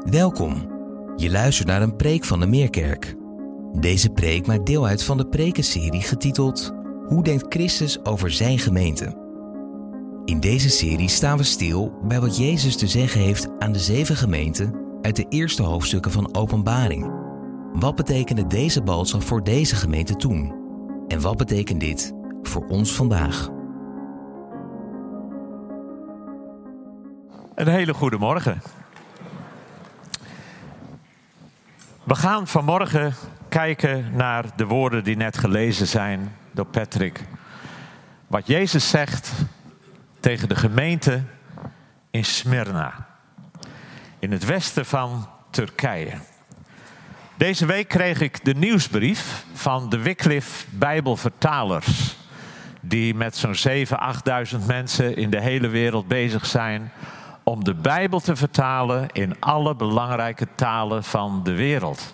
Welkom. Je luistert naar een preek van de Meerkerk. Deze preek maakt deel uit van de prekenserie getiteld Hoe denkt Christus over zijn gemeente? In deze serie staan we stil bij wat Jezus te zeggen heeft aan de 7 gemeenten uit de eerste hoofdstukken van Openbaring. Wat betekende deze boodschap voor deze gemeente toen? En wat betekent dit voor ons vandaag? Een hele goede morgen. We gaan vanmorgen kijken naar de woorden die net gelezen zijn door Patrick. Wat Jezus zegt tegen de gemeente in Smyrna, in het westen van Turkije. Deze week kreeg ik de nieuwsbrief van de Wycliffe Bijbelvertalers, die met zo'n 7.000-8.000 mensen in de hele wereld bezig zijn om de Bijbel te vertalen in alle belangrijke talen van de wereld.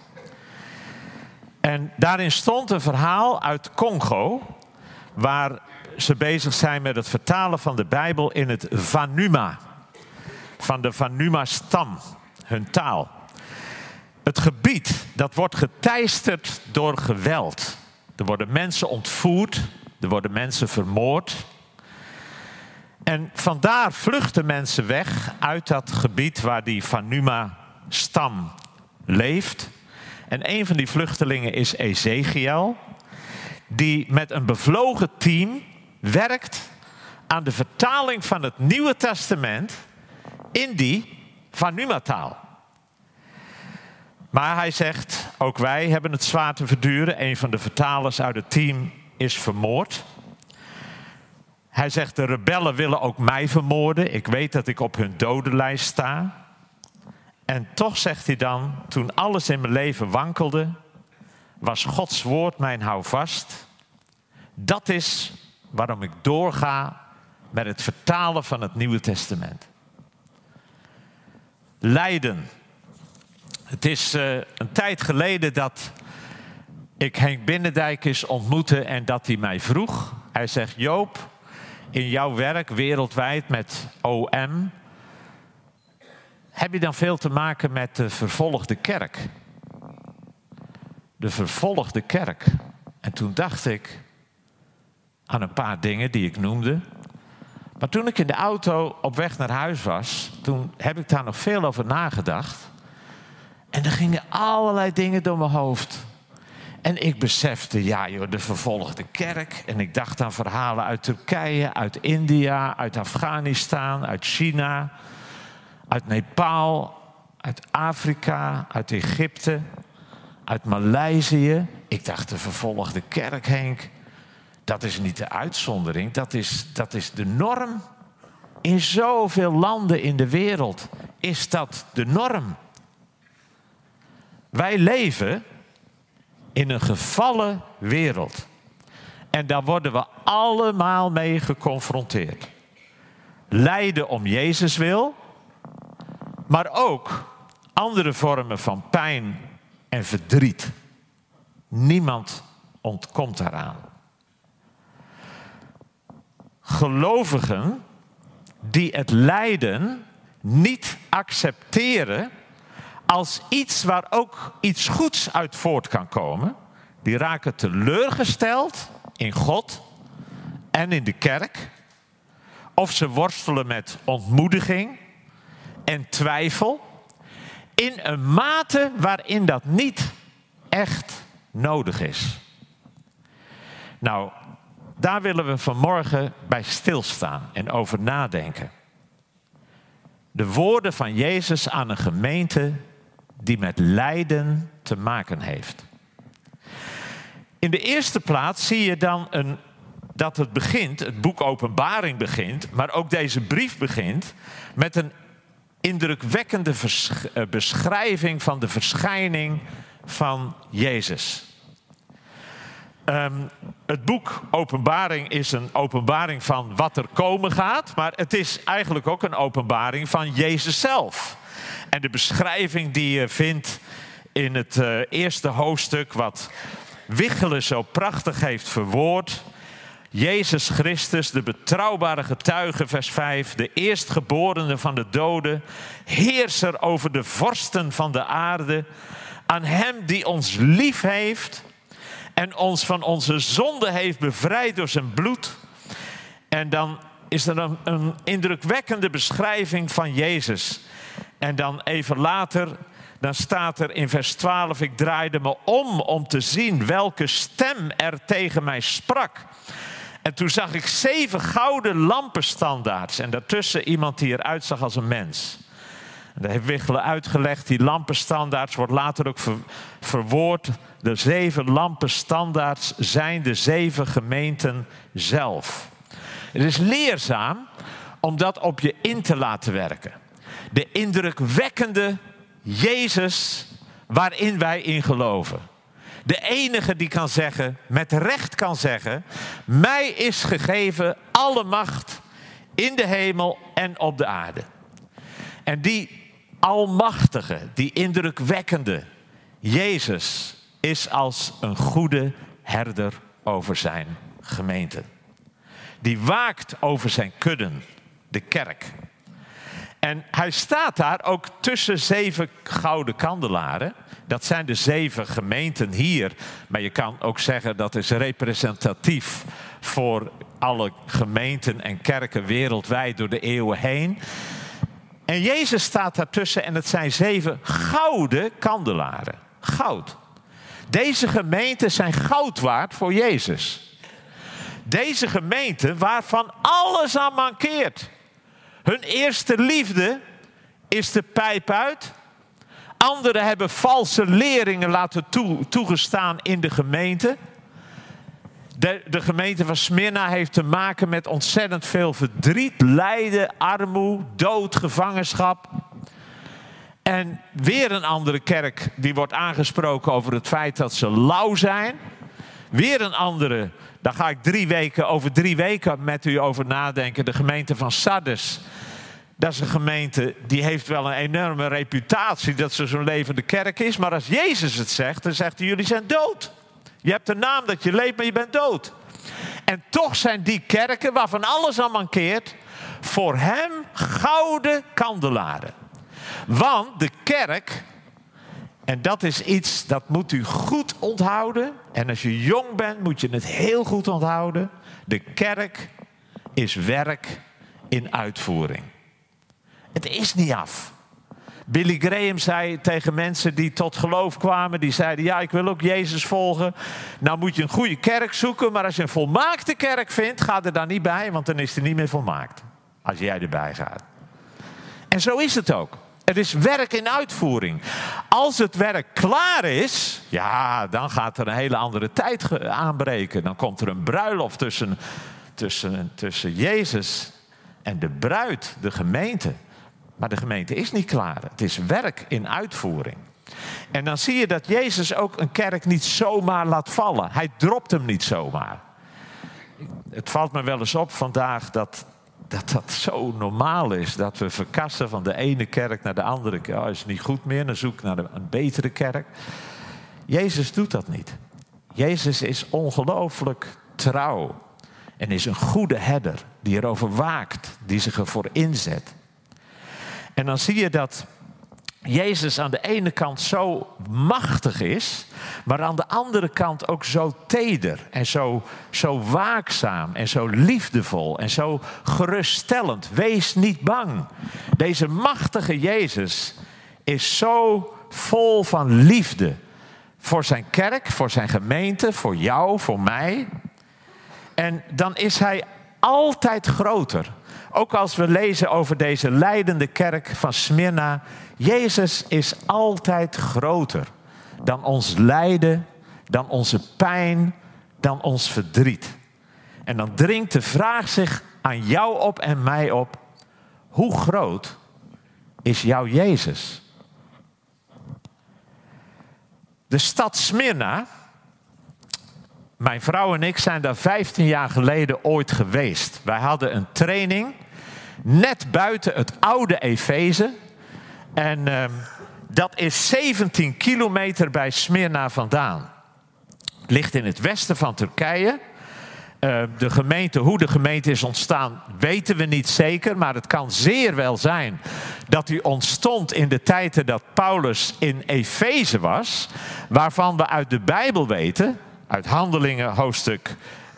En daarin stond een verhaal uit Congo, waar ze bezig zijn met het vertalen van de Bijbel in het Vanuma, van de Vanuma-stam, hun taal. Het gebied, dat wordt geteisterd door geweld. Er worden mensen ontvoerd, er worden mensen vermoord. En vandaar vluchten mensen weg uit dat gebied waar die Vanuma-stam leeft. En een van die vluchtelingen is Ezekiel, die met een bevlogen team werkt aan de vertaling van het Nieuwe Testament in die Vanuma-taal. Maar hij zegt, ook wij hebben het zwaar te verduren. Een van de vertalers uit het team is vermoord. Hij zegt, de rebellen willen ook mij vermoorden. Ik weet dat ik op hun dodenlijst sta. En toch zegt hij dan, toen alles in mijn leven wankelde, was Gods woord mijn houvast. Dat is waarom ik doorga met het vertalen van het Nieuwe Testament. Lijden. Het is een tijd geleden dat ik Henk Binnendijkers ontmoette en dat hij mij vroeg. Hij zegt, Joop, in jouw werk wereldwijd met OM, heb je dan veel te maken met de vervolgde kerk? De vervolgde kerk. En toen dacht ik aan een paar dingen die ik noemde. Maar toen ik in de auto op weg naar huis was, toen heb ik daar nog veel over nagedacht. En er gingen allerlei dingen door mijn hoofd. En ik besefte, ja joh, de vervolgde kerk. En ik dacht aan verhalen uit Turkije, uit India, uit Afghanistan, uit China, uit Nepal, uit Afrika, uit Egypte, uit Maleisië. Ik dacht, de vervolgde kerk, Henk, dat is niet de uitzondering, dat is de norm. In zoveel landen in de wereld is dat de norm. Wij leven in een gevallen wereld. En daar worden we allemaal mee geconfronteerd. Lijden om Jezus wil, maar ook andere vormen van pijn en verdriet. Niemand ontkomt daaraan. Gelovigen die het lijden niet accepteren als iets waar ook iets goeds uit voort kan komen, die raken teleurgesteld in God en in de kerk. Of ze worstelen met ontmoediging en twijfel in een mate waarin dat niet echt nodig is. Nou, daar willen we vanmorgen bij stilstaan en over nadenken. De woorden van Jezus aan een gemeente die met lijden te maken heeft. In de eerste plaats zie je dan dat het begint, het boek Openbaring begint, maar ook deze brief begint met een indrukwekkende beschrijving van de verschijning van Jezus. Het boek Openbaring is een openbaring van wat er komen gaat, maar het is eigenlijk ook een openbaring van Jezus zelf. En de beschrijving die je vindt in het eerste hoofdstuk, wat Wichelen zo prachtig heeft verwoord. Jezus Christus, de betrouwbare getuige, vers 5, de eerstgeborene van de doden, heerser over de vorsten van de aarde, aan hem die ons lief heeft en ons van onze zonde heeft bevrijd door zijn bloed. En dan is er een indrukwekkende beschrijving van Jezus. En dan even later, dan staat er in vers 12, ik draaide me om te zien welke stem er tegen mij sprak. En toen zag ik 7 gouden lampenstandaards en daartussen iemand die eruit zag als een mens. En dat heeft Wichelen uitgelegd, die lampenstandaards wordt later ook verwoord. De 7 lampenstandaards zijn de 7 gemeenten zelf. Het is leerzaam om dat op je in te laten werken. De indrukwekkende Jezus waarin wij in geloven. De enige die kan zeggen, met recht kan zeggen, mij is gegeven alle macht in de hemel en op de aarde. En die almachtige, die indrukwekkende Jezus is als een goede herder over zijn gemeente. Die waakt over zijn kudden, de kerk. En hij staat daar ook tussen 7 gouden kandelaren. Dat zijn de 7 gemeenten hier. Maar je kan ook zeggen dat is representatief voor alle gemeenten en kerken wereldwijd door de eeuwen heen. En Jezus staat daartussen en het zijn 7 gouden kandelaren. Goud. Deze gemeenten zijn goud waard voor Jezus. Deze gemeente waarvan alles aan mankeert. Hun eerste liefde is de pijp uit. Anderen hebben valse leringen laten toegestaan in de gemeente. De gemeente van Smyrna heeft te maken met ontzettend veel verdriet, lijden, armoede, dood, gevangenschap. En weer een andere kerk die wordt aangesproken over het feit dat ze lauw zijn. Weer een andere, daar ga ik over 3 weken met u over nadenken. De gemeente van Sardes. Dat is een gemeente die heeft wel een enorme reputatie dat ze zo'n levende kerk is. Maar als Jezus het zegt, dan zegt hij, jullie zijn dood. Je hebt de naam dat je leeft, maar je bent dood. En toch zijn die kerken waarvan alles aan mankeert, voor hem gouden kandelaren. Want de kerk, en dat is iets dat moet u goed onthouden. En als je jong bent moet je het heel goed onthouden. De kerk is werk in uitvoering. Het is niet af. Billy Graham zei tegen mensen die tot geloof kwamen, die zeiden, ja, ik wil ook Jezus volgen. Nou moet je een goede kerk zoeken, maar als je een volmaakte kerk vindt, ga er dan niet bij, want dan is het niet meer volmaakt. Als jij erbij gaat. En zo is het ook. Het is werk in uitvoering. Als het werk klaar is, ja, dan gaat er een hele andere tijd aanbreken. Dan komt er een bruiloft tussen Jezus en de bruid, de gemeente. Maar de gemeente is niet klaar. Het is werk in uitvoering. En dan zie je dat Jezus ook een kerk niet zomaar laat vallen. Hij dropt hem niet zomaar. Het valt me wel eens op vandaag dat zo normaal is. Dat we verkassen van de ene kerk naar de andere. Oh, is het niet goed meer, dan zoek ik naar een betere kerk. Jezus doet dat niet. Jezus is ongelooflijk trouw. En is een goede herder die erover waakt. Die zich ervoor inzet. En dan zie je dat Jezus aan de ene kant zo machtig is, maar aan de andere kant ook zo teder en zo waakzaam en zo liefdevol en zo geruststellend. Wees niet bang. Deze machtige Jezus is zo vol van liefde voor zijn kerk, voor zijn gemeente, voor jou, voor mij. En dan is hij altijd groter. Ook als we lezen over deze lijdende kerk van Smyrna. Jezus is altijd groter dan ons lijden, dan onze pijn, dan ons verdriet. En dan dringt de vraag zich aan jou op en mij op. Hoe groot is jouw Jezus? De stad Smyrna, mijn vrouw en ik zijn daar 15 jaar geleden ooit geweest. Wij hadden een training net buiten het oude Efeze. En dat is 17 kilometer bij Smyrna vandaan. Het ligt in het westen van Turkije. de gemeente, hoe de gemeente is ontstaan, weten we niet zeker. Maar het kan zeer wel zijn dat die ontstond in de tijden dat Paulus in Efeze was. Waarvan we uit de Bijbel weten, uit Handelingen hoofdstuk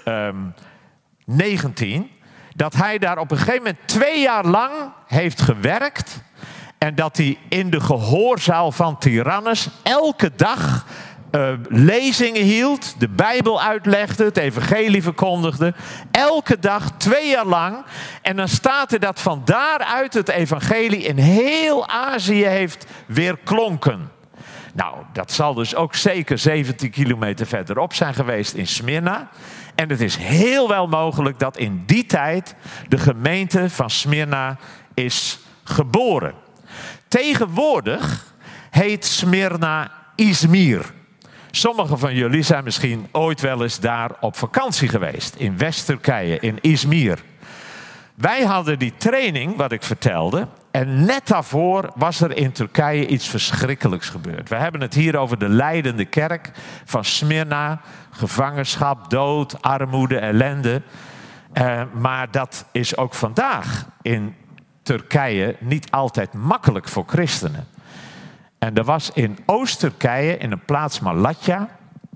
19... dat hij daar op een gegeven moment 2 jaar lang heeft gewerkt. En dat hij in de gehoorzaal van Tyrannus elke dag lezingen hield, de Bijbel uitlegde, het evangelie verkondigde. Elke dag 2 jaar lang. En dan staat er dat van daaruit het evangelie in heel Azië heeft weerklonken. Nou, dat zal dus ook zeker 17 kilometer verderop zijn geweest in Smyrna. En het is heel wel mogelijk dat in die tijd de gemeente van Smyrna is geboren. Tegenwoordig heet Smyrna Izmir. Sommigen van jullie zijn misschien ooit wel eens daar op vakantie geweest. In West-Turkije, in Izmir. Wij hadden die training, wat ik vertelde. En net daarvoor was er in Turkije iets verschrikkelijks gebeurd. We hebben het hier over de lijdende kerk van Smyrna. Gevangenschap, dood, armoede, ellende. Maar dat is ook vandaag in Turkije niet altijd makkelijk voor christenen. En er was in Oost-Turkije, in een plaats Malatya,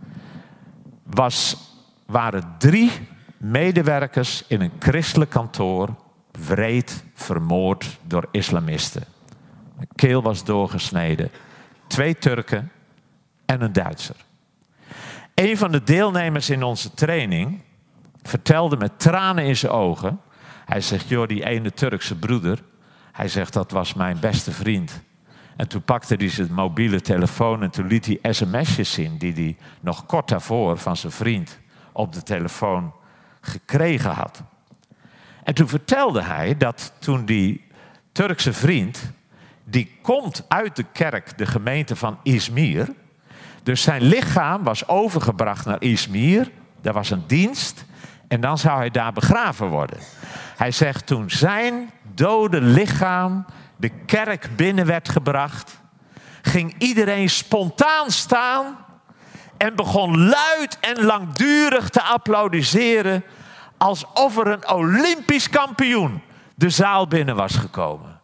waren 3 medewerkers in een christelijk kantoor wreed vermoord door islamisten. De keel was doorgesneden. 2 Turken en een Duitser. Een van de deelnemers in onze training vertelde met tranen in zijn ogen. Hij zegt, joh, die ene Turkse broeder. Hij zegt, dat was mijn beste vriend. En toen pakte hij zijn mobiele telefoon en toen liet hij sms'jes zien die hij nog kort daarvoor van zijn vriend op de telefoon gekregen had. En toen vertelde hij dat toen die Turkse vriend, die komt uit de kerk, de gemeente van Izmir. Dus zijn lichaam was overgebracht naar Izmir. Daar was een dienst en dan zou hij daar begraven worden. Hij zegt, toen zijn dode lichaam de kerk binnen werd gebracht, ging iedereen spontaan staan en begon luid en langdurig te applaudisseren, alsof er een Olympisch kampioen de zaal binnen was gekomen.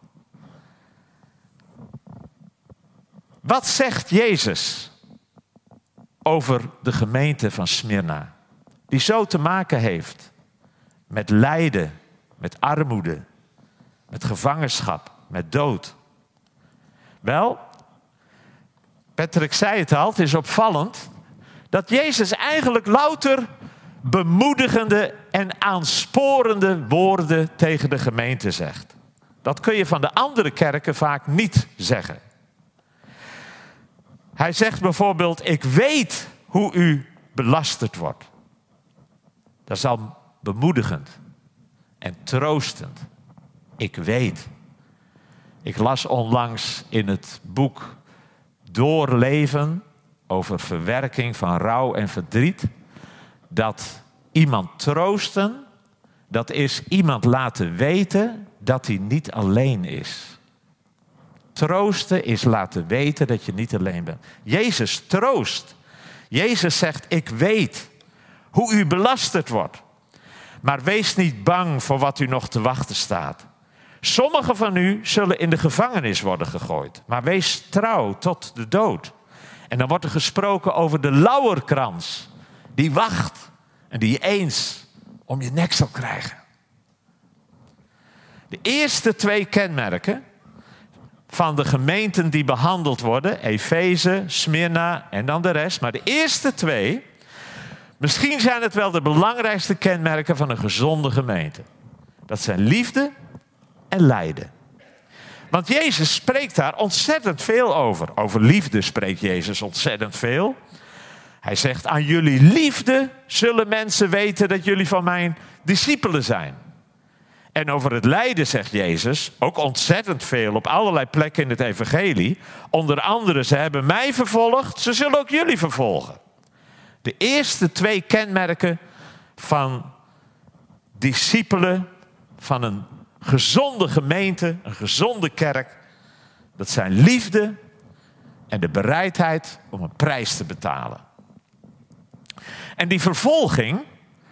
Wat zegt Jezus over de gemeente van Smyrna, die zo te maken heeft met lijden, met armoede, met gevangenschap, met dood? Wel, Patrick zei het al, het is opvallend dat Jezus eigenlijk louter bemoedigende en aansporende woorden tegen de gemeente zegt. Dat kun je van de andere kerken vaak niet zeggen. Hij zegt bijvoorbeeld, ik weet hoe u belasterd wordt. Dat is al bemoedigend en troostend. Ik weet. Ik las onlangs in het boek Doorleven over verwerking van rouw en verdriet, dat iemand troosten, dat is iemand laten weten dat hij niet alleen is. Troosten is laten weten dat je niet alleen bent. Jezus troost. Jezus zegt, ik weet hoe u belasterd wordt. Maar wees niet bang voor wat u nog te wachten staat. Sommigen van u zullen in de gevangenis worden gegooid. Maar wees trouw tot de dood. En dan wordt er gesproken over de lauwerkrans. Die wacht en die je eens om je nek zal krijgen. De eerste 2 kenmerken van de gemeenten die behandeld worden, Efeze, Smyrna en dan de rest. Maar de eerste 2, misschien zijn het wel de belangrijkste kenmerken van een gezonde gemeente. Dat zijn liefde en lijden. Want Jezus spreekt daar ontzettend veel over. Over liefde spreekt Jezus ontzettend veel. Hij zegt, aan jullie liefde zullen mensen weten dat jullie van mijn discipelen zijn. En over het lijden zegt Jezus ook ontzettend veel op allerlei plekken in het evangelie. Onder andere, ze hebben mij vervolgd, ze zullen ook jullie vervolgen. De eerste 2 kenmerken van discipelen, van een gezonde gemeente, een gezonde kerk, dat zijn liefde en de bereidheid om een prijs te betalen. En die vervolging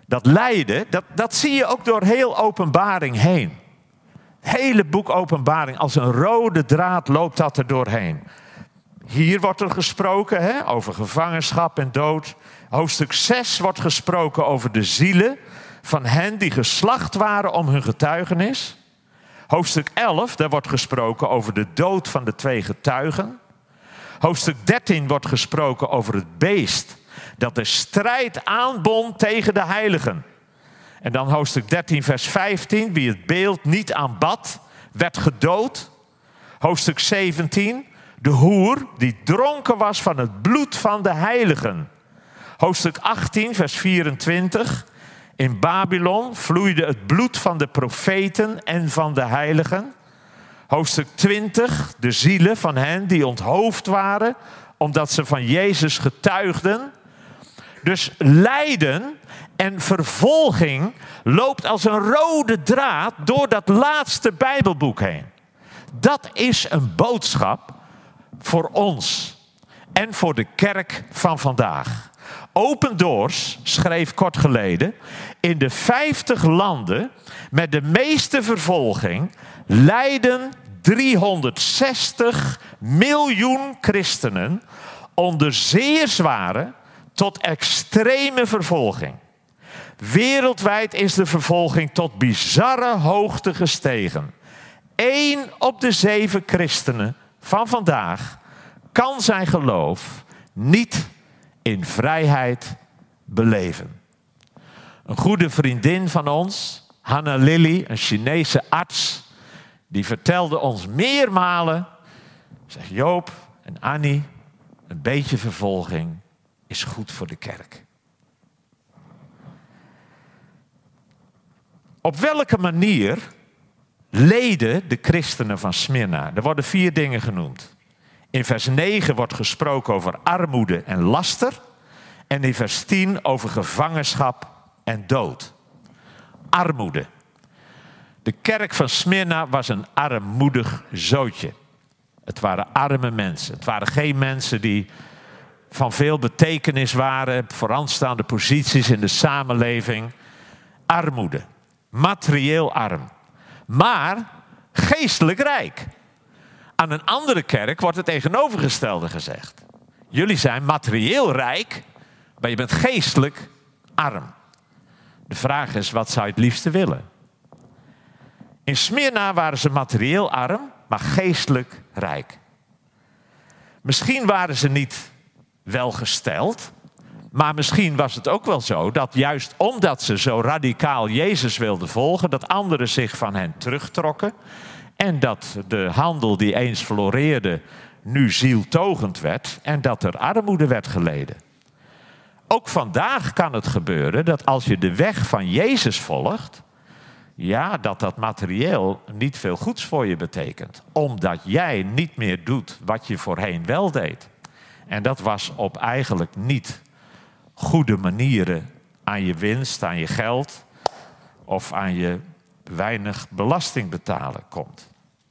Dat lijden, dat zie je ook door heel Openbaring heen. Het hele boek Openbaring, als een rode draad loopt dat er doorheen. Hier wordt er gesproken over gevangenschap en dood. Hoofdstuk 6 wordt gesproken over de zielen van hen die geslacht waren om hun getuigenis. Hoofdstuk 11, daar wordt gesproken over de dood van de 2 getuigen. Hoofdstuk 13 wordt gesproken over het beest dat de strijd aanbond tegen de heiligen. En dan hoofdstuk 13 vers 15, wie het beeld niet aanbad, werd gedood. Hoofdstuk 17, de hoer die dronken was van het bloed van de heiligen. Hoofdstuk 18 vers 24, in Babylon vloeide het bloed van de profeten en van de heiligen. Hoofdstuk 20, de zielen van hen die onthoofd waren, omdat ze van Jezus getuigden. Dus lijden en vervolging loopt als een rode draad door dat laatste Bijbelboek heen. Dat is een boodschap voor ons en voor de kerk van vandaag. Open Doors schreef kort geleden: in de 50 landen met de meeste vervolging lijden 360 miljoen christenen onder zeer zware tot extreme vervolging. Wereldwijd is de vervolging tot bizarre hoogte gestegen. 1 op de 7 christenen van vandaag kan zijn geloof niet in vrijheid beleven. Een goede vriendin van ons, Hanna Lily, een Chinese arts, die vertelde ons meermalen, zegt Joop en Annie, een beetje vervolging is goed voor de kerk. Op welke manier leden de christenen van Smyrna? Er worden 4 dingen genoemd. In vers 9 wordt gesproken over armoede en laster. En in vers 10 over gevangenschap en dood. Armoede. De kerk van Smyrna was een armoedig zootje. Het waren arme mensen. Het waren geen mensen die van veel betekenis waren, vooraanstaande posities in de samenleving. Armoede. Materieel arm. Maar geestelijk rijk. Aan een andere kerk wordt het tegenovergestelde gezegd. Jullie zijn materieel rijk, maar je bent geestelijk arm. De vraag is, wat zou je het liefste willen? In Smyrna waren ze materieel arm, maar geestelijk rijk. Misschien waren ze niet welgesteld, maar misschien was het ook wel zo dat juist omdat ze zo radicaal Jezus wilden volgen, dat anderen zich van hen terugtrokken en dat de handel die eens floreerde nu zieltogend werd en dat er armoede werd geleden. Ook vandaag kan het gebeuren dat als je de weg van Jezus volgt, ja, dat materieel niet veel goeds voor je betekent. Omdat jij niet meer doet wat je voorheen wel deed. En dat was op eigenlijk niet goede manieren aan je winst, aan je geld of aan je weinig belasting betalen komt.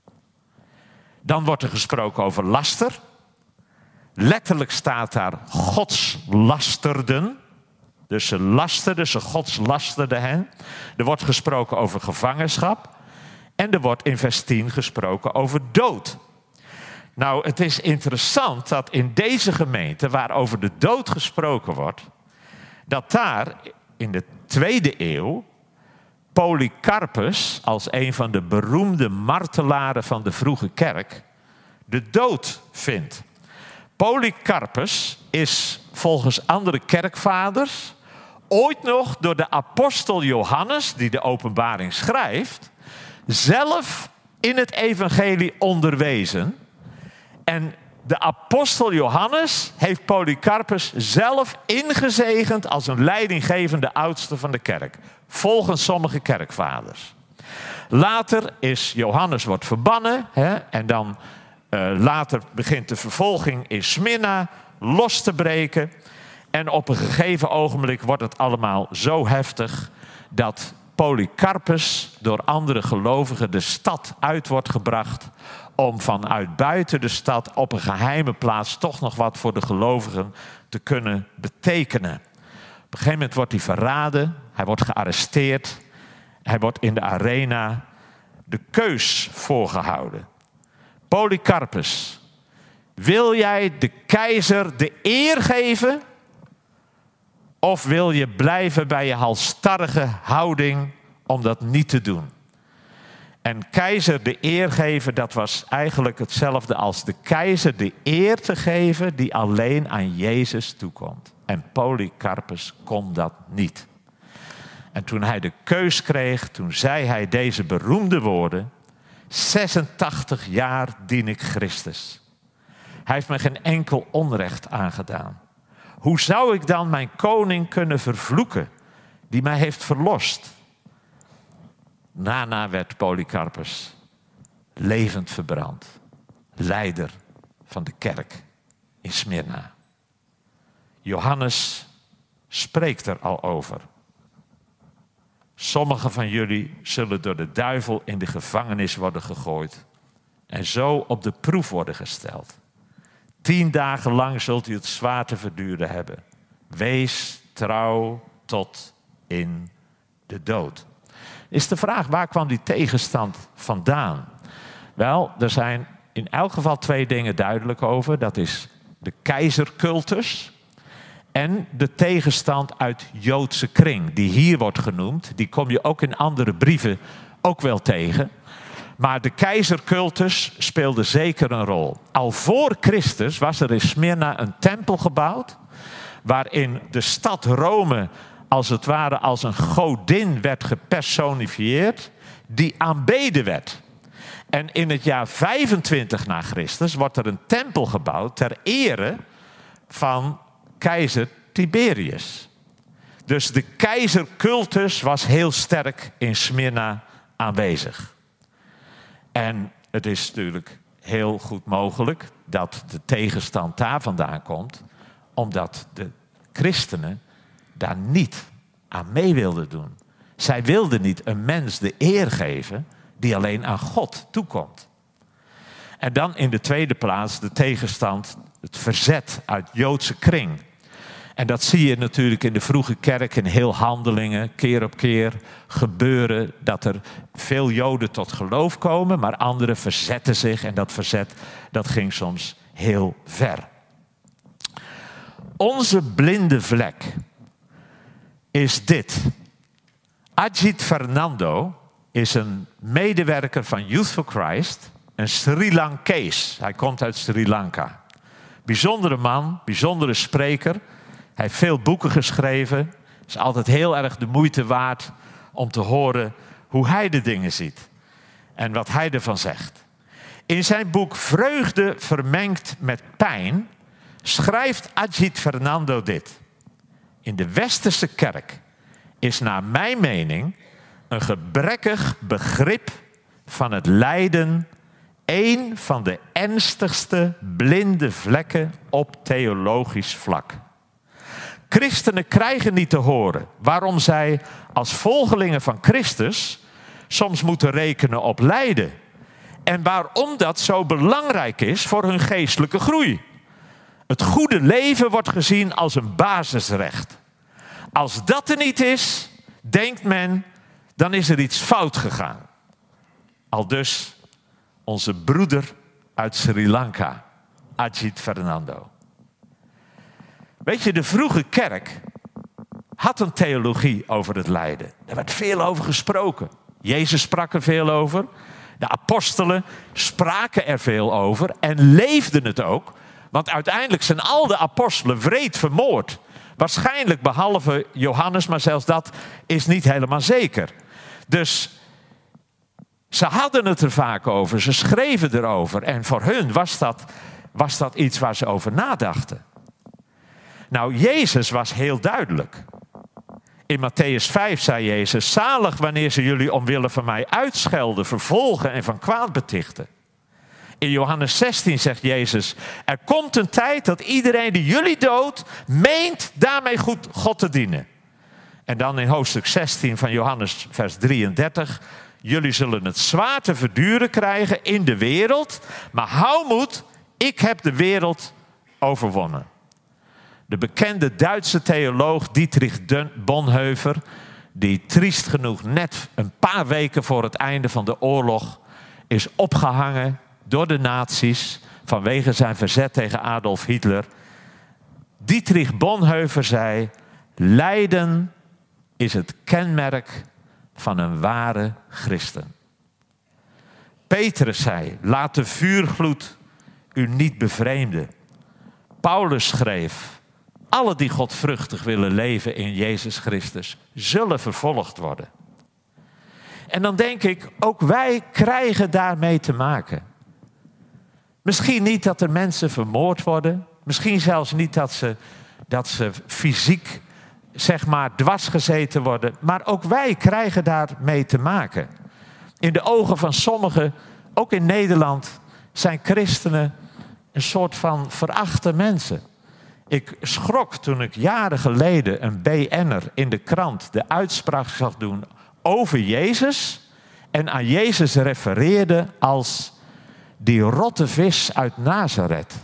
Dan wordt er gesproken over laster. Letterlijk staat daar godslasterden. Dus ze lasterden, ze godslasterden hen. Er wordt gesproken over gevangenschap. En er wordt in vers 10 gesproken over dood. Nou, het is interessant dat in deze gemeente, waar over de dood gesproken wordt, dat daar in de 2e eeuw Polycarpus, als een van de beroemde martelaren van de vroege kerk, de dood vindt. Polycarpus is volgens andere kerkvaders ooit nog door de apostel Johannes, die de Openbaring schrijft, zelf in het evangelie onderwezen. En de apostel Johannes heeft Polycarpus zelf ingezegend als een leidinggevende oudste van de kerk. Volgens sommige kerkvaders. Later is Johannes wordt verbannen. En dan later begint de vervolging in Smyrna los te breken. En op een gegeven ogenblik wordt het allemaal zo heftig dat Polycarpus door andere gelovigen de stad uit wordt gebracht om vanuit buiten de stad op een geheime plaats toch nog wat voor de gelovigen te kunnen betekenen. Op een gegeven moment wordt hij verraden Hij wordt gearresteerd. Hij wordt in de arena de keus voorgehouden. Polycarpus, wil jij de keizer de eer geven? Of wil je blijven bij je halsstarrige houding om dat niet te doen? En keizer de eer geven, dat was eigenlijk hetzelfde als de keizer de eer te geven die alleen aan Jezus toekomt. En Polycarpus kon dat niet. En toen hij de keus kreeg, toen zei hij deze beroemde woorden: 86 jaar dien ik Christus. Hij heeft me geen enkel onrecht aangedaan. Hoe zou ik dan mijn koning kunnen vervloeken die mij heeft verlost? Daarna werd Polycarpus levend verbrand. Leider van de kerk in Smyrna. Johannes spreekt er al over. Sommigen van jullie zullen door de duivel in de gevangenis worden gegooid en zo op de proef worden gesteld. 10 dagen lang zult u het zwaar te verduren hebben. Wees trouw tot in de dood. Is de vraag, waar kwam die tegenstand vandaan? Wel, er zijn in elk geval 2 dingen duidelijk over. Dat is de keizercultus en de tegenstand uit Joodse kring, die hier wordt genoemd. Die kom je ook in andere brieven ook wel tegen. Maar de keizercultus speelde zeker een rol. Al voor Christus was er in Smyrna een tempel gebouwd, waarin de stad Rome als het ware als een godin werd gepersonifieerd, die aanbeden werd. En in het jaar 25 na Christus wordt er een tempel gebouwd ter ere van keizer Tiberius. Dus de keizercultus was heel sterk in Smyrna aanwezig. En het is natuurlijk heel goed mogelijk dat de tegenstand daar vandaan komt, omdat de christenen daar niet aan mee wilden doen. Zij wilden niet een mens de eer geven die alleen aan God toekomt. En dan in de tweede plaats de tegenstand, het verzet uit Joodse kring. En dat zie je natuurlijk in de vroege kerk in heel Handelingen, keer op keer gebeuren, dat er veel Joden tot geloof komen, maar anderen verzetten zich en dat verzet, dat ging soms heel ver. Onze blinde vlek is dit. Ajit Fernando is een medewerker van Youth for Christ, een Sri Lankees. Hij komt uit Sri Lanka. Bijzondere man, bijzondere spreker. Hij heeft veel boeken geschreven. Het is altijd heel erg de moeite waard om te horen hoe hij de dingen ziet. En wat hij ervan zegt. In zijn boek Vreugde vermengd met pijn schrijft Ajit Fernando dit. In de westerse kerk is naar mijn mening een gebrekkig begrip van het lijden één van de ernstigste blinde vlekken op theologisch vlak. Christenen krijgen niet te horen waarom zij als volgelingen van Christus soms moeten rekenen op lijden. En waarom dat zo belangrijk is voor hun geestelijke groei. Het goede leven wordt gezien als een basisrecht. Als dat er niet is, denkt men, dan is er iets fout gegaan. Aldus onze broeder uit Sri Lanka, Ajit Fernando. Weet je, de vroege kerk had een theologie over het lijden. Er werd veel over gesproken. Jezus sprak er veel over. De apostelen spraken er veel over en leefden het ook. Want uiteindelijk zijn al de apostelen wreed vermoord. Waarschijnlijk behalve Johannes, maar zelfs dat is niet helemaal zeker. Dus ze hadden het er vaak over, ze schreven erover. En voor hun was dat iets waar ze over nadachten. Nou, Jezus was heel duidelijk. In Mattheüs 5 zei Jezus: zalig wanneer ze jullie omwille van mij uitschelden, vervolgen en van kwaad betichten. In Johannes 16 zegt Jezus: er komt een tijd dat iedereen die jullie doodt, meent daarmee goed God te dienen. En dan in hoofdstuk 16 van Johannes vers 33. Jullie zullen het zwaar te verduren krijgen in de wereld, maar hou moed, ik heb de wereld overwonnen. De bekende Duitse theoloog Dietrich Bonhoeffer, die triest genoeg net een paar weken voor het einde van de oorlog is opgehangen door de nazi's vanwege zijn verzet tegen Adolf Hitler. Dietrich Bonhoeffer zei: lijden is het kenmerk van een ware christen. Petrus zei: laat de vuurgloed u niet bevreemden. Paulus schreef: alle die godvruchtig willen leven in Jezus Christus zullen vervolgd worden. En dan denk ik, ook wij krijgen daarmee te maken. Misschien niet dat er mensen vermoord worden. Misschien zelfs niet dat ze fysiek, zeg maar, dwarsgezeten worden. Maar ook wij krijgen daarmee te maken. In de ogen van sommigen, ook in Nederland, zijn christenen een soort van verachte mensen. Ik schrok toen ik jaren geleden een BN'er in de krant de uitspraak zag doen over Jezus. En aan Jezus refereerde als die rotte vis uit Nazareth.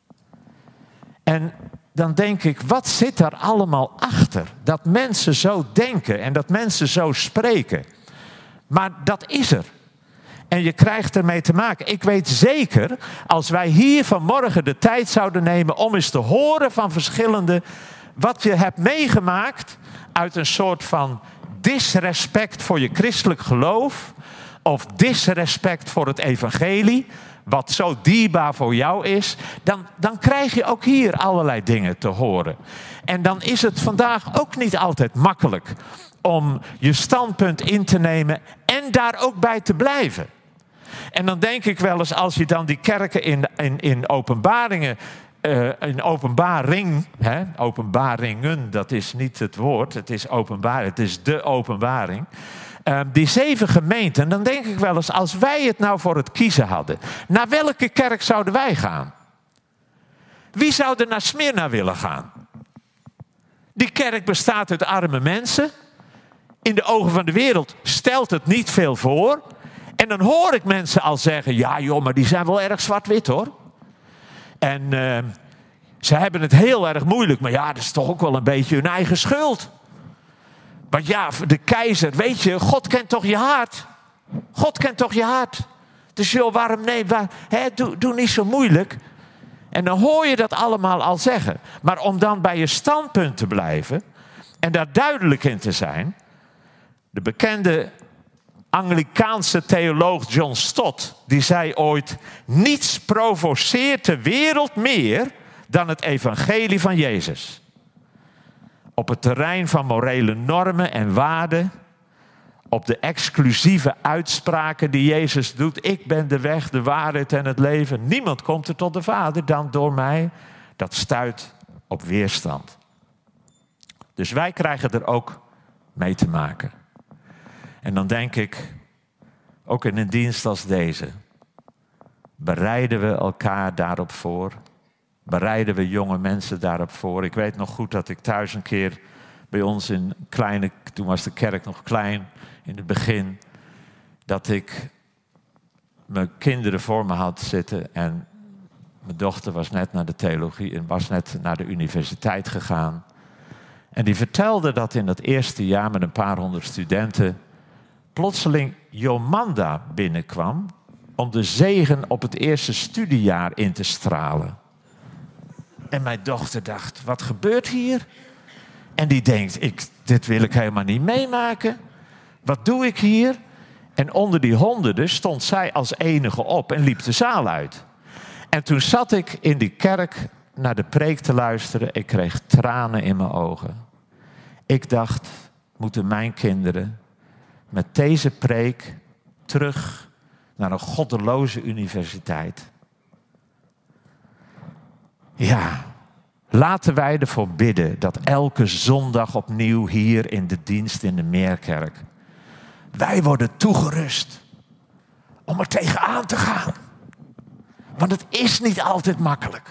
En dan denk ik, wat zit daar allemaal achter? Dat mensen zo denken en dat mensen zo spreken. Maar dat is er. En je krijgt ermee te maken. Ik weet zeker, als wij hier vanmorgen de tijd zouden nemen om eens te horen van verschillende, wat je hebt meegemaakt uit een soort van disrespect voor je christelijk geloof, of disrespect voor het evangelie, wat zo dierbaar voor jou is, dan krijg je ook hier allerlei dingen te horen. En dan is het vandaag ook niet altijd makkelijk om je standpunt in te nemen en daar ook bij te blijven. En dan denk ik wel eens, als je dan die kerken in openbaringen, in openbaring, openbaringen, dat is niet het woord, het is openbaring, het is de openbaring. Die 7 gemeenten, dan denk ik wel eens, als wij het nou voor het kiezen hadden, naar welke kerk zouden wij gaan? Wie zou er naar Smyrna willen gaan? Die kerk bestaat uit arme mensen. In de ogen van de wereld stelt het niet veel voor. En dan hoor ik mensen al zeggen, ja joh, maar die zijn wel erg zwart-wit hoor. En ze hebben het heel erg moeilijk, maar ja, dat is toch ook wel een beetje hun eigen schuld. Want ja, de keizer, weet je, God kent toch je hart? God kent toch je hart? Dus joh, waarom nee, doe niet zo moeilijk. En dan hoor je dat allemaal al zeggen. Maar om dan bij je standpunt te blijven en daar duidelijk in te zijn. De bekende Anglikaanse theoloog John Stott, die zei ooit: niets provoceert de wereld meer dan het evangelie van Jezus. Op het terrein van morele normen en waarden, op de exclusieve uitspraken die Jezus doet: ik ben de weg, de waarheid en het leven. Niemand komt er tot de Vader dan door mij. Dat stuit op weerstand. Dus wij krijgen er ook mee te maken. En dan denk ik, ook in een dienst als deze, bereiden we elkaar daarop voor? Bereiden we jonge mensen daarop voor? Ik weet nog goed dat ik thuis een keer bij ons in kleine, toen was de kerk nog klein, in het begin, dat ik mijn kinderen voor me had zitten en mijn dochter was net naar de theologie en was net naar de universiteit gegaan. En die vertelde dat in dat eerste jaar met een paar honderd studenten plotseling Jomanda binnenkwam om de zegen op het eerste studiejaar in te stralen. En mijn dochter dacht, wat gebeurt hier? En die denkt, dit wil ik helemaal niet meemaken. Wat doe ik hier? En onder die honderden stond zij als enige op en liep de zaal uit. En toen zat ik in die kerk naar de preek te luisteren. Ik kreeg tranen in mijn ogen. Ik dacht, moeten mijn kinderen met deze preek terug naar een goddeloze universiteit? Ja, laten wij ervoor bidden dat elke zondag opnieuw hier in de dienst in de Meerkerk wij worden toegerust om er tegenaan te gaan. Want het is niet altijd makkelijk.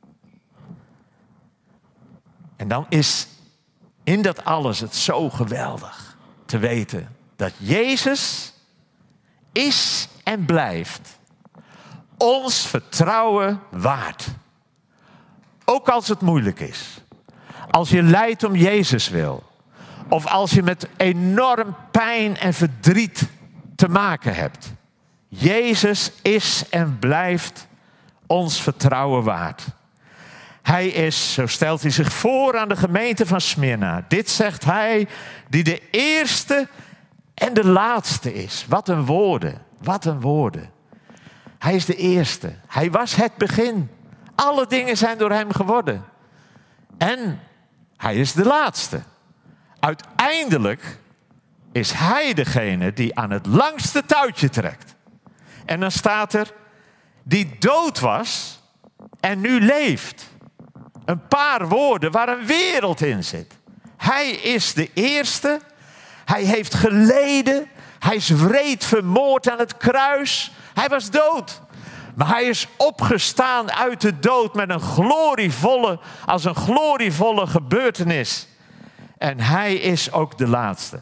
En dan is in dat alles het zo geweldig te weten dat Jezus is en blijft ons vertrouwen waard. Ook als het moeilijk is. Als je lijdt om Jezus wil. Of als je met enorm pijn en verdriet te maken hebt. Jezus is en blijft ons vertrouwen waard. Hij is, zo stelt hij zich voor aan de gemeente van Smyrna. Dit zegt hij die de eerste en de laatste is. Wat een woorden, wat een woorden. Hij is de eerste. Hij was het begin. Alle dingen zijn door hem geworden. En hij is de laatste. Uiteindelijk is hij degene die aan het langste touwtje trekt. En dan staat er, die dood was en nu leeft. Een paar woorden waar een wereld in zit. Hij is de eerste. Hij heeft geleden. Hij is wreed vermoord aan het kruis. Hij was dood. Maar hij is opgestaan uit de dood met een glorievolle gebeurtenis. En hij is ook de laatste.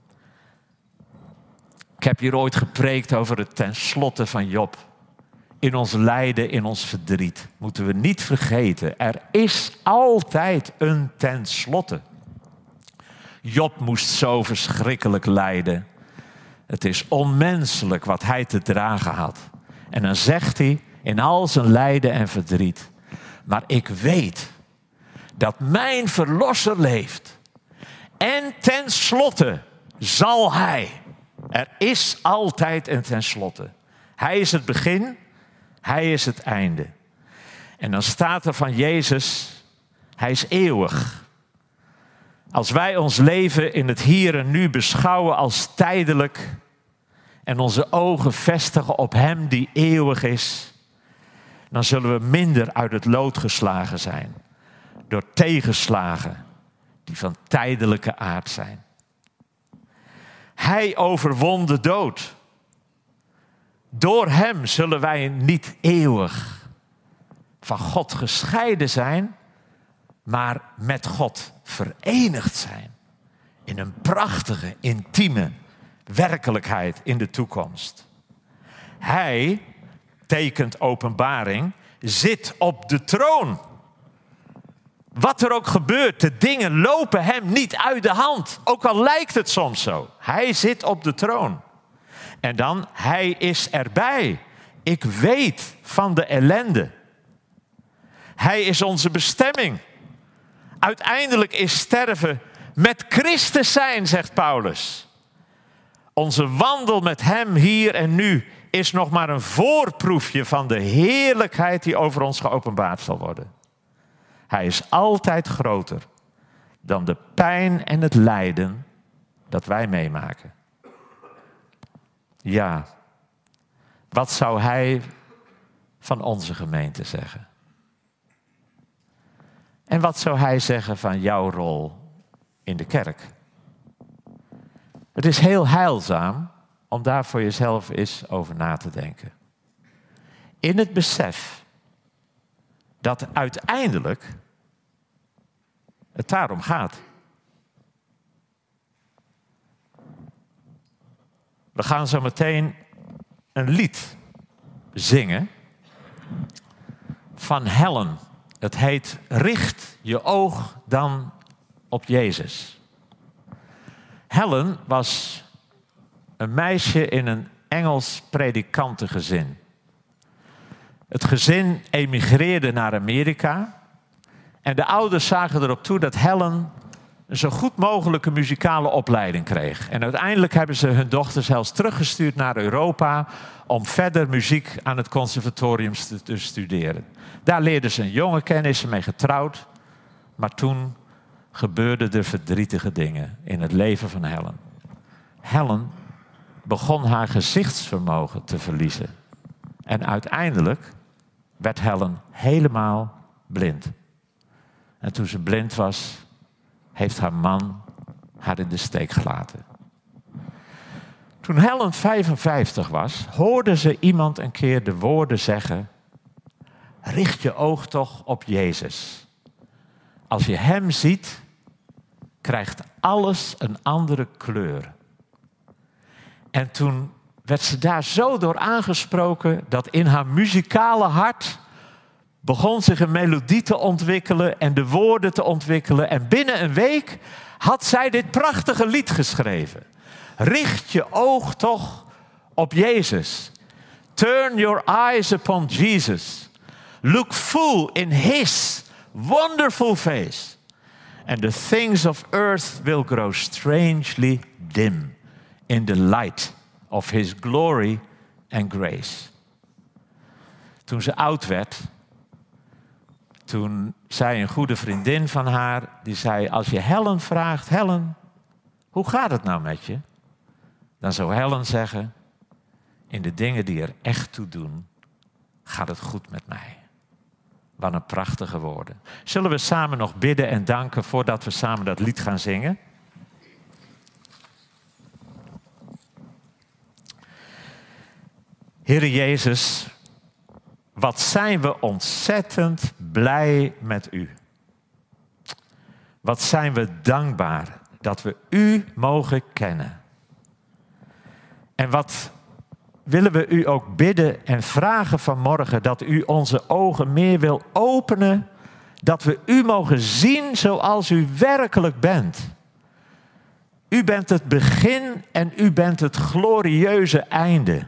Ik heb hier ooit gepreekt over het tenslotte van Job. In ons lijden, in ons verdriet. Moeten we niet vergeten, er is altijd een tenslotte. Job moest zo verschrikkelijk lijden. Het is onmenselijk wat hij te dragen had. En dan zegt hij in al zijn lijden en verdriet. Maar ik weet dat mijn verlosser leeft. En tenslotte zal hij. Er is altijd een tenslotte. Hij is het begin, hij is het einde. En dan staat er van Jezus, hij is eeuwig. Als wij ons leven in het hier en nu beschouwen als tijdelijk en onze ogen vestigen op hem die eeuwig is, dan zullen we minder uit het lood geslagen zijn door tegenslagen die van tijdelijke aard zijn. Hij overwon de dood. Door hem zullen wij niet eeuwig van God gescheiden zijn, maar met God verenigd zijn. In een prachtige, intieme werkelijkheid in de toekomst. Hij, tekent Openbaring, zit op de troon. Wat er ook gebeurt, de dingen lopen hem niet uit de hand. Ook al lijkt het soms zo. Hij zit op de troon. En dan, hij is erbij. Ik weet van de ellende. Hij is onze bestemming. Uiteindelijk is sterven met Christus zijn, zegt Paulus. Onze wandel met hem hier en nu is nog maar een voorproefje van de heerlijkheid die over ons geopenbaard zal worden. Hij is altijd groter dan de pijn en het lijden dat wij meemaken. Ja, wat zou hij van onze gemeente zeggen? En wat zou hij zeggen van jouw rol in de kerk? Het is heel heilzaam om daar voor jezelf eens over na te denken. In het besef dat uiteindelijk het daarom gaat. We gaan zo meteen een lied zingen van Helen. Het heet Richt je oog dan op Jezus. Helen was een meisje in een Engels predikantengezin. Het gezin emigreerde naar Amerika. En de ouders zagen erop toe dat Helen een zo goed mogelijke muzikale opleiding kreeg. En uiteindelijk hebben ze hun dochter zelfs teruggestuurd naar Europa om verder muziek aan het conservatorium te studeren. Daar leerde ze een jongen kennen, is ze mee getrouwd. Maar toen gebeurden er verdrietige dingen in het leven van Helen. Helen begon haar gezichtsvermogen te verliezen. En uiteindelijk werd Helen helemaal blind. En toen ze blind was, heeft haar man haar in de steek gelaten. Toen Helen 55 was, hoorde ze iemand een keer de woorden zeggen: richt je oog toch op Jezus. Als je hem ziet, krijgt alles een andere kleur. En toen werd ze daar zo door aangesproken dat in haar muzikale hart begon zich een melodie te ontwikkelen en de woorden te ontwikkelen. En binnen een week had zij dit prachtige lied geschreven. Richt je oog toch op Jezus. Turn your eyes upon Jesus. Look full in his wonderful face. And the things of earth will grow strangely dim in the light of his glory and grace. Toen ze oud werd, toen zei een goede vriendin van haar, die zei, als je Helen vraagt, Helen, hoe gaat het nou met je? Dan zou Helen zeggen, in de dingen die er echt toe doen, gaat het goed met mij. Wat een prachtige woorden. Zullen we samen nog bidden en danken voordat we samen dat lied gaan zingen? Heere Jezus, wat zijn we ontzettend blij met u. Wat zijn we dankbaar dat we u mogen kennen. En wat willen we u ook bidden en vragen vanmorgen dat u onze ogen meer wil openen. Dat we u mogen zien zoals u werkelijk bent. U bent het begin en u bent het glorieuze einde.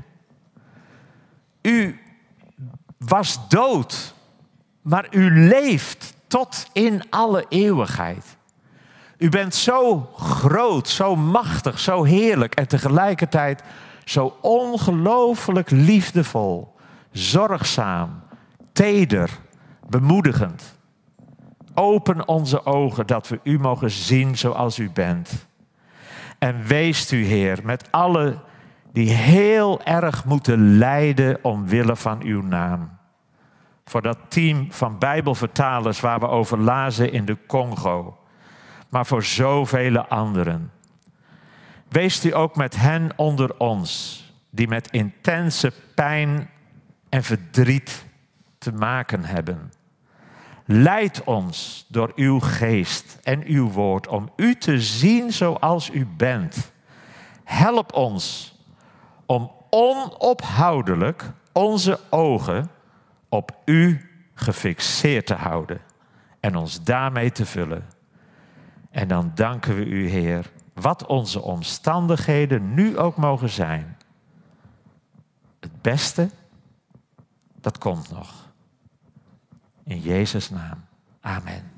U was dood, maar u leeft tot in alle eeuwigheid. U bent zo groot, zo machtig, zo heerlijk en tegelijkertijd zo ongelooflijk liefdevol, zorgzaam, teder, bemoedigend. Open onze ogen dat we u mogen zien zoals u bent. En weest u, Heer, met allen die heel erg moeten lijden omwille van uw naam. Voor dat team van Bijbelvertalers waar we over lazen in de Congo. Maar voor zoveel anderen. Wees u ook met hen onder ons, die met intense pijn en verdriet te maken hebben. Leid ons door uw geest en uw woord om u te zien zoals u bent. Help ons om onophoudelijk onze ogen op u gefixeerd te houden en ons daarmee te vullen. En dan danken we u, Heer, wat onze omstandigheden nu ook mogen zijn. Het beste, dat komt nog. In Jezus' naam. Amen.